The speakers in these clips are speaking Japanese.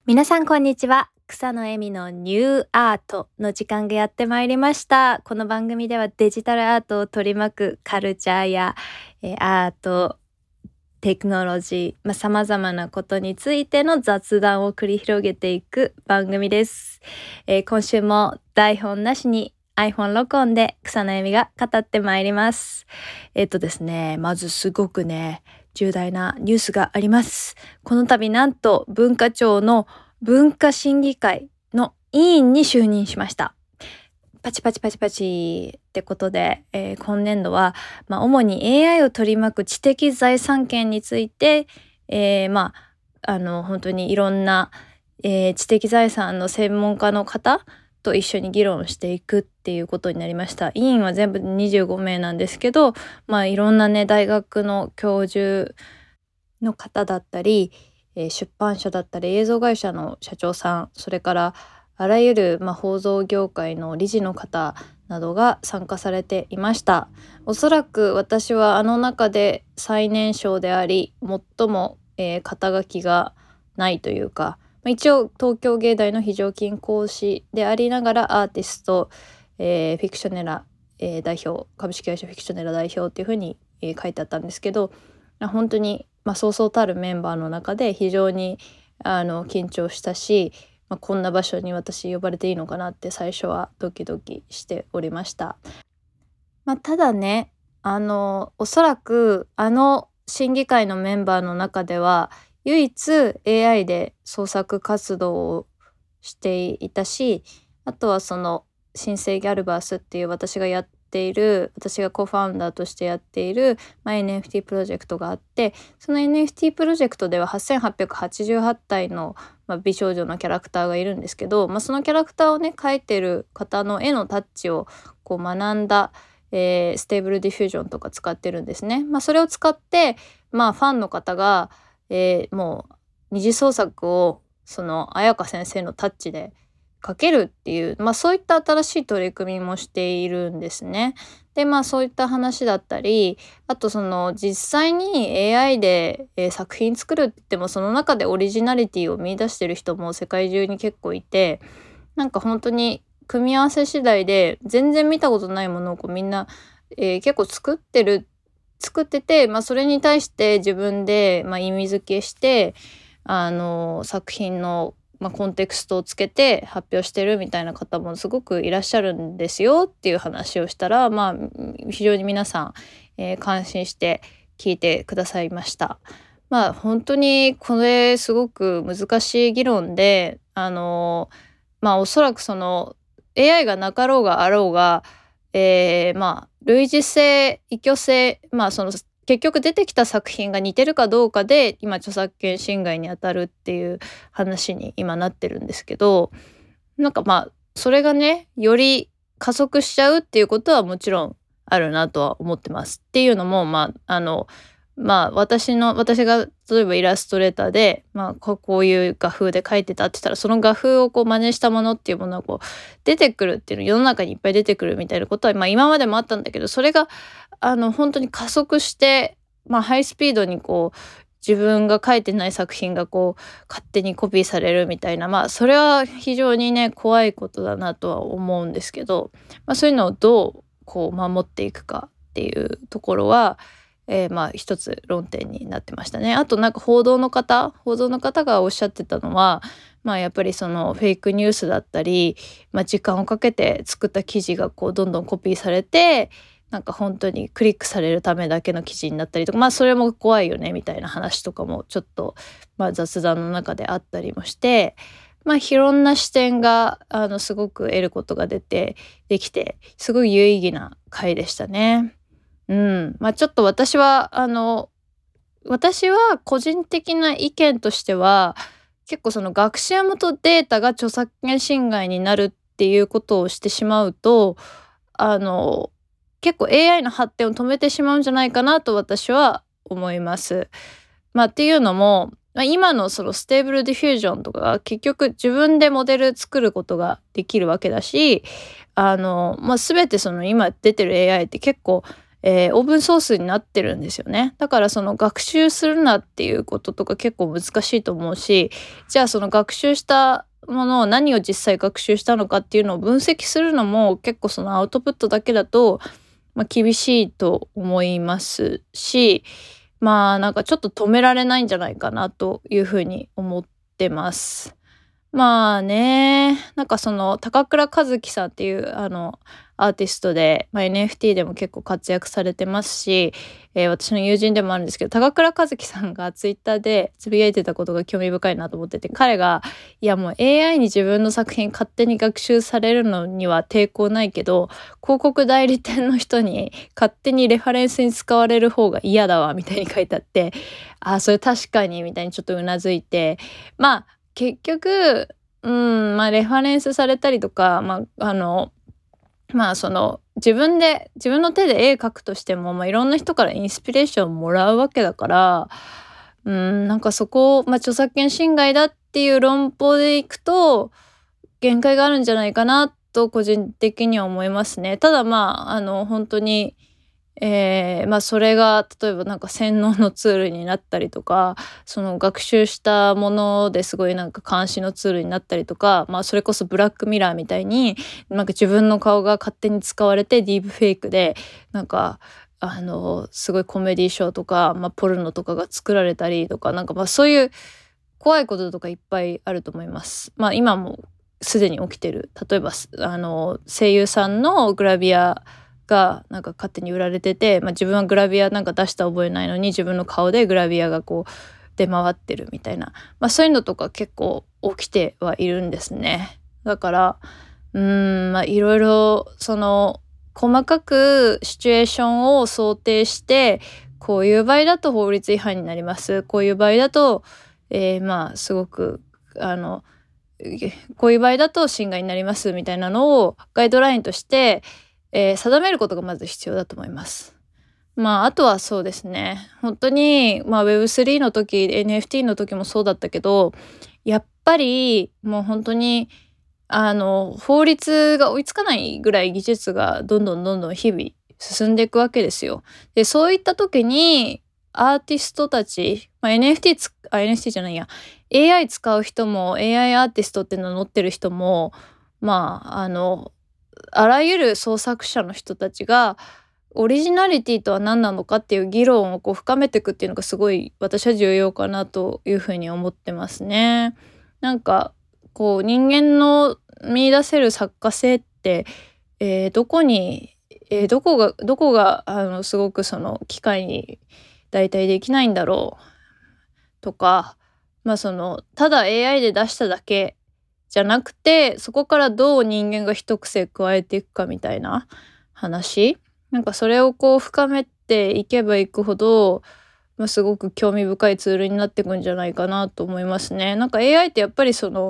皆さんこんにちは。草野恵美のニューアートの時間がやってまいりました。この番組ではデジタルアートを取り巻くカルチャーや、アート、テクノロジー、様々なことについての雑談を繰り広げていく番組です。今週も台本なしに iPhone 録音で草野恵美が語ってまいります。ですね、まずすごくね、重大なニュースがあります。この度なんと文化庁の文化審議会の委員に就任しました。パチパチパチパチってことで、今年度は、主に AI を取り巻く知的財産権について、本当にいろんな、知的財産の専門家の方と一緒に議論していくっていうことになりました。委員は全部25名なんですけど、いろんなね、大学の教授の方だったり、出版社だったり映像会社の社長さん、それからあらゆる、放送業界の理事の方などが参加されていました。おそらく私はあの中で最年少であり最も、肩書きがないというか、一応東京芸大の非常勤講師でありながらアーティスト、フィクショネラ、代表、株式会社フィクショネラ代表っていうふうに、書いてあったんですけど、本当にそうそうたるメンバーの中で非常に緊張したし、こんな場所に私呼ばれていいのかなって最初はドキドキしておりました。ただね、おそらく審議会のメンバーの中では唯一 AI で創作活動をしていたし、あとはその新生ギャルバースっていう私がコファウンダーとしてやっている、NFT プロジェクトがあって、その NFT プロジェクトでは8888体の、美少女のキャラクターがいるんですけど、そのキャラクターをね描いてる方の絵のタッチをこう学んだ、ステーブルディフュージョンとか使ってるんですね。それを使ってファンの方が、もう二次創作をその彩香先生のタッチでかけるっていう、そういった新しい取り組みもしているんですね。でそういった話だったり、あとその実際に AI で、作品作るって言ってもその中でオリジナリティを見出してる人も世界中に結構いて、本当に組み合わせ次第で全然見たことないものをみんな、結構作ってて、それに対して自分で、意味付けして作品のコンテクストをつけて発表してるみたいな方もすごくいらっしゃるんですよっていう話をしたら、非常に皆さん、感心して聞いてくださいました。本当にこれすごく難しい議論で、おそらくその AI がなかろうがあろうが、類似性、異居性、その結局出てきた作品が似てるかどうかで今著作権侵害にあたるっていう話に今なってるんですけど、それがねより加速しちゃうっていうことはもちろんあるなとは思ってます。っていうのも私が例えばイラストレーターで、こういう画風で描いてたって言ったら、その画風を真似したものっていうものが出てくるっていうの、世の中にいっぱい出てくるみたいなことは、今までもあったんだけど、それが本当に加速して、ハイスピードに自分が描いてない作品が勝手にコピーされるみたいな、それは非常にね怖いことだなとは思うんですけど、そういうのをどう守っていくかっていうところは一つ論点になってましたね。あと報道の方がおっしゃってたのは、やっぱりそのフェイクニュースだったり、時間をかけて作った記事がどんどんコピーされて、本当にクリックされるためだけの記事になったりとか、それも怖いよねみたいな話とかもちょっと、雑談の中であったりもして、いろんな視点がすごく得ることができて、すごい有意義な回でしたね。ちょっと私は個人的な意見としては、結構その学習元データが著作権侵害になるっていうことをしてしまうと、結構 AI の発展を止めてしまうんじゃないかなと私は思います。っていうのも、今のそのステーブルディフュージョンとかが結局自分でモデル作ることができるわけだし、全てその今出てる AI って結構オープンソースになってるんですよね。だからその学習するなっていうこととか結構難しいと思うし、じゃあその学習したものを何を実際学習したのかっていうのを分析するのも結構そのアウトプットだけだと、厳しいと思いますし、なんかちょっと止められないんじゃないかなというふうに思ってます。なんかその高倉和樹さんっていうアーティストで、NFT でも結構活躍されてますし、私の友人でもあるんですけど、高倉和樹さんがツイッターでつぶやいてたことが興味深いなと思ってて、彼がいやもう AI に自分の作品勝手に学習されるのには抵抗ないけど、広告代理店の人に勝手にレファレンスに使われる方が嫌だわみたいに書いてあって、それ確かにみたいにちょっとうなずいて、結局、レファレンスされたりとか、その自分の手で絵描くとしても、いろんな人からインスピレーションをもらうわけだから、なんかそこを、著作権侵害だっていう論法でいくと限界があるんじゃないかなと個人的には思いますね。ただ本当にそれが例えばなんか洗脳のツールになったりとか、その学習したものですごいなんか監視のツールになったりとか、それこそブラックミラーみたいになんか自分の顔が勝手に使われてディープフェイクでなんかすごいコメディショーとか、ポルノとかが作られたりとか、なんかそういう怖いこととかいっぱいあると思います。今もすでに起きてる。例えば声優さんのグラビアがなんか勝手に売られてて、自分はグラビアなんか出した覚えないのに自分の顔でグラビアがこう出回ってるみたいな、そういうのとか結構起きてはいるんですね。だからいろいろその細かくシチュエーションを想定して、こういう場合だと法律違反になります、こういう場合だとすごくこういう場合だと侵害になりますみたいなのをガイドラインとして定めることがまず必要だと思います。あとはそうですね。本当に、Web3 の時、NFT の時もそうだったけど、やっぱりもう本当に、法律が追いつかないぐらい技術がどんどん日々進んでいくわけですよ。で、そういった時に、アーティストたち、NFT じゃないや、AI 使う人も、AI アーティストって名乗ってる人も、あらゆる創作者の人たちがオリジナリティとは何なのかっていう議論を深めていくっていうのがすごい私は重要かなというふうに思ってますね。なんか人間の見出せる作家性って、どこがすごくその機械に代替できないんだろうとか、ただ AI で出しただけじゃなくて、そこからどう人間が一癖加えていくかみたいな話、なんかそれを深めていけばいくほど、すごく興味深いツールになっていくんじゃないかなと思いますね。なんか AI ってやっぱりその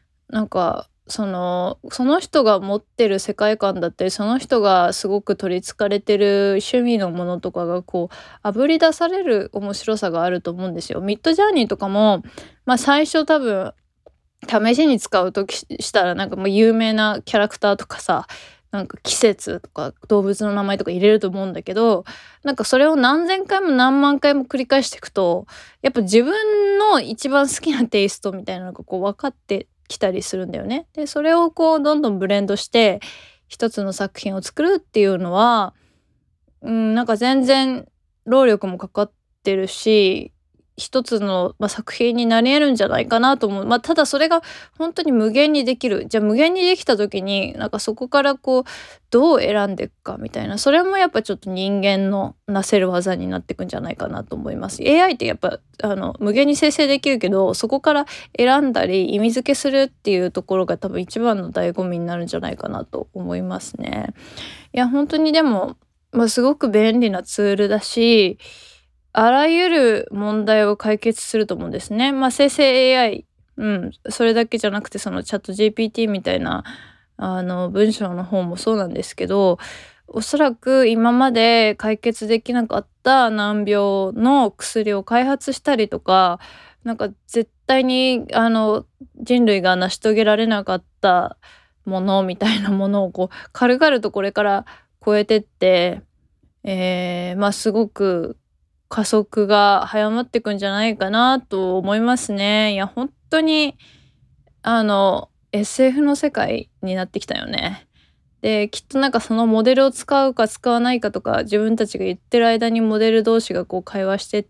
人が持ってる世界観だったり、その人がすごく取りつかれてる趣味のものとかがあぶり出される面白さがあると思うんですよ。ミッドジャーニーとかも、最初多分試しに使うとしたらなんかもう有名なキャラクターとかさ、なんか季節とか動物の名前とか入れると思うんだけど、なんかそれを何千回も何万回も繰り返していくと、やっぱ自分の一番好きなテイストみたいなのが分かってきたりするんだよね。で、それをどんどんブレンドして一つの作品を作るっていうのは、なんか全然労力もかかってるし、一つの、作品になり得るんじゃないかなと思う。ただそれが本当に無限にできる。じゃあ無限にできた時になんかそこからどう選んでいくかみたいな、それもやっぱちょっと人間のなせる技になっていくんじゃないかなと思います。AI ってやっぱ無限に生成できるけど、そこから選んだり意味付けするっていうところが多分一番の醍醐味になるんじゃないかなと思いますね。いや本当にでも、すごく便利なツールだし、あらゆる問題を解決すると思うんですね。生成 AI、それだけじゃなくてそのチャット GPT みたいな文章の方もそうなんですけど、おそらく今まで解決できなかった難病の薬を開発したりとか、なんか絶対に人類が成し遂げられなかったものみたいなものを軽々とこれから超えてって、 すごく加速が早まっていくんじゃないかなと思いますね。いや、本当に、SF の世界になってきたよね。で、きっとなんかそのモデルを使うか使わないかとか、自分たちが言ってる間にモデル同士がこう会話してって、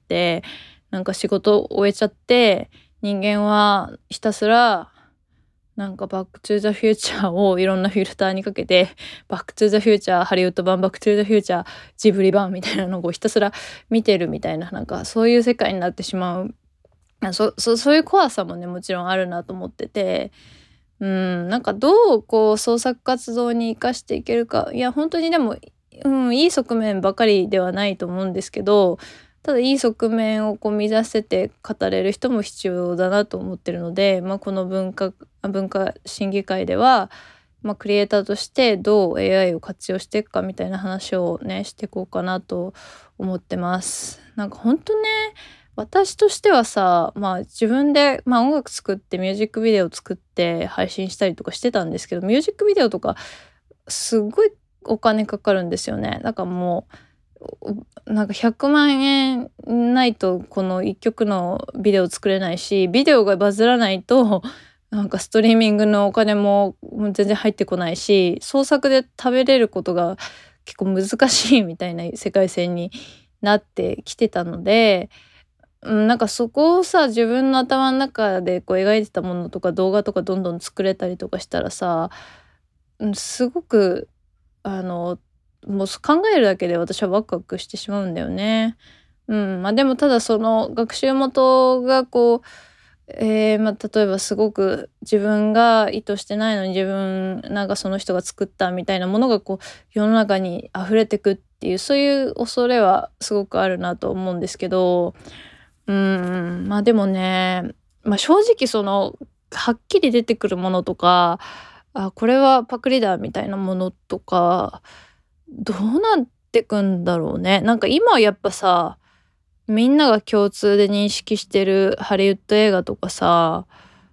なんか仕事を終えちゃって、人間はひたすら、なんかバックトゥーザフューチャーをいろんなフィルターにかけて、バックトゥーザフューチャー、ハリウッド版、バックトゥーザフューチャー、ジブリ版みたいなのをひたすら見てるみたいな、なんかそういう世界になってしまう。そういう怖さもね、もちろんあるなと思ってて、なんかどうこう創作活動に生かしていけるか。いや、本当にでも、いい側面ばかりではないと思うんですけど、ただいい側面をこう見出せて語れる人も必要だなと思ってるので、この文化審議会では、クリエイターとしてどう AI を活用していくかみたいな話をね、していこうかなと思ってます。なんか本当ね、私としてはさ、自分で、音楽作ってミュージックビデオ作って配信したりとかしてたんですけど、ミュージックビデオとかすごいお金かかるんですよね。だからもうなんか100万円ないとこの1曲のビデオ作れないし、ビデオがバズらないとなんかストリーミングのお金も全然入ってこないし、創作で食べれることが結構難しいみたいな世界線になってきてたので、なんかそこをさ、自分の頭の中でこう描いてたものとか動画とかどんどん作れたりとかしたらさ、すごくもう考えるだけで私はワクワクしてしまうんだよね。でもただその学習元がこう、例えばすごく自分が意図してないのになんかその人が作ったみたいなものがこう世の中に溢れてくっていう、そういう恐れはすごくあるなと思うんですけど、でもね、正直そのはっきり出てくるものとか、これはパクリだみたいなものとかどうなってくんだろうね。なんか今はやっぱさ、みんなが共通で認識してるハリウッド映画とかさ、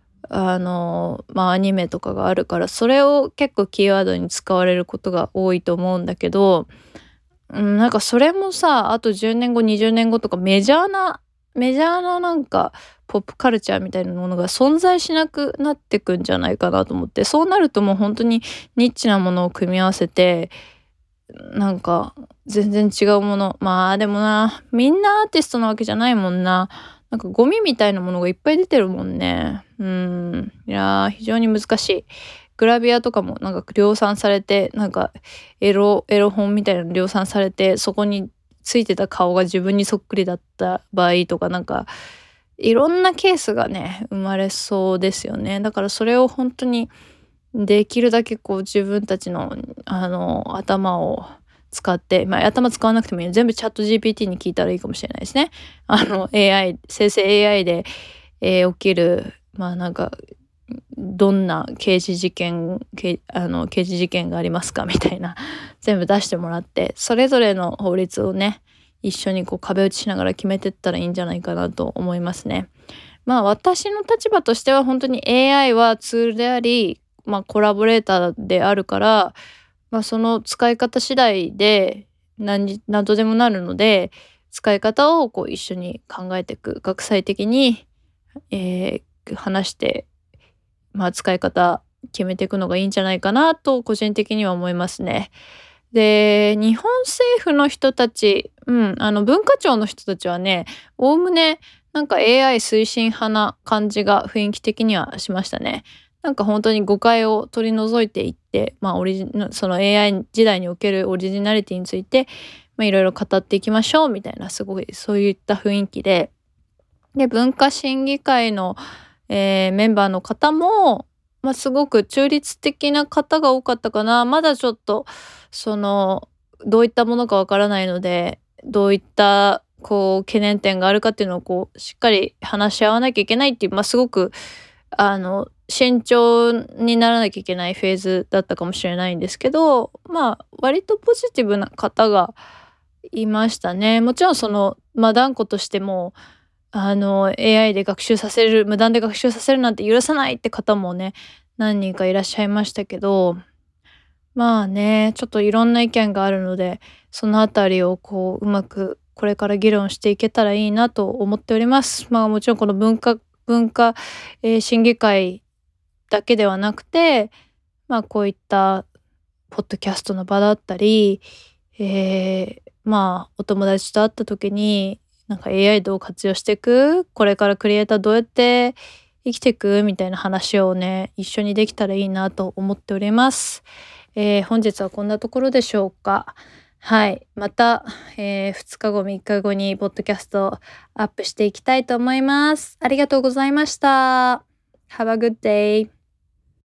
アニメとかがあるから、それを結構キーワードに使われることが多いと思うんだけど、なんかそれもさ、あと10年後、20年後とかメジャーななんかポップカルチャーみたいなものが存在しなくなってくんじゃないかなと思って、そうなるともう本当にニッチなものを組み合わせて、なんか全然違うもの。でもな、みんなアーティストなわけじゃないもんな。なんかゴミみたいなものがいっぱい出てるもんね。いやー、非常に難しい。グラビアとかもなんか量産されて、なんかエロ本みたいなの量産されて、そこについてた顔が自分にそっくりだった場合とか、なんかいろんなケースがね、生まれそうですよね。だからそれを本当にできるだけこう自分たちの頭を使って、頭使わなくてもいいよ。全部チャット GPT に聞いたらいいかもしれないですね。生成 AI で、起きる、なんか、どんな刑事事件がありますかみたいな、全部出してもらって、それぞれの法律をね、一緒にこう壁打ちしながら決めてったらいいんじゃないかなと思いますね。私の立場としては本当に AI はツールであり、コラボレーターであるから、その使い方次第で何とでもなるので、使い方をこう一緒に考えていく。学際的に、話して、使い方決めていくのがいいんじゃないかなと個人的には思いますね。で、日本政府の人たち、文化庁の人たちはね、おおむねなんか AI 推進派な感じが雰囲気的にはしましたね。なんか本当に誤解を取り除いていって、その AI 時代におけるオリジナリティについて、いろいろ語っていきましょうみたいな、すごいそういった雰囲気で、文化審議会の、メンバーの方も、すごく中立的な方が多かったかな。まだちょっと、どういったものかわからないので、どういった、懸念点があるかっていうのを、しっかり話し合わなきゃいけないっていう、すごく、慎重にならなきゃいけないフェーズだったかもしれないんですけど、割とポジティブな方がいましたね。もちろん断固としても、AI で無断で学習させるなんて許さないって方もね、何人かいらっしゃいましたけど、 まあね、ちょっといろんな意見があるので、そのあたりをこう、うまくこれから議論していけたらいいなと思っております。まあもちろんこの文化審議会だけではなくて、まあこういったポッドキャストの場だったり、まあお友達と会った時に、なんか AI どう活用していく、これからクリエイターどうやって生きていくみたいな話をね、一緒にできたらいいなと思っております。本日はこんなところでしょうか。はい。また、2日後、3日後にポッドキャストアップしていきたいと思います。ありがとうございました。Have a good day.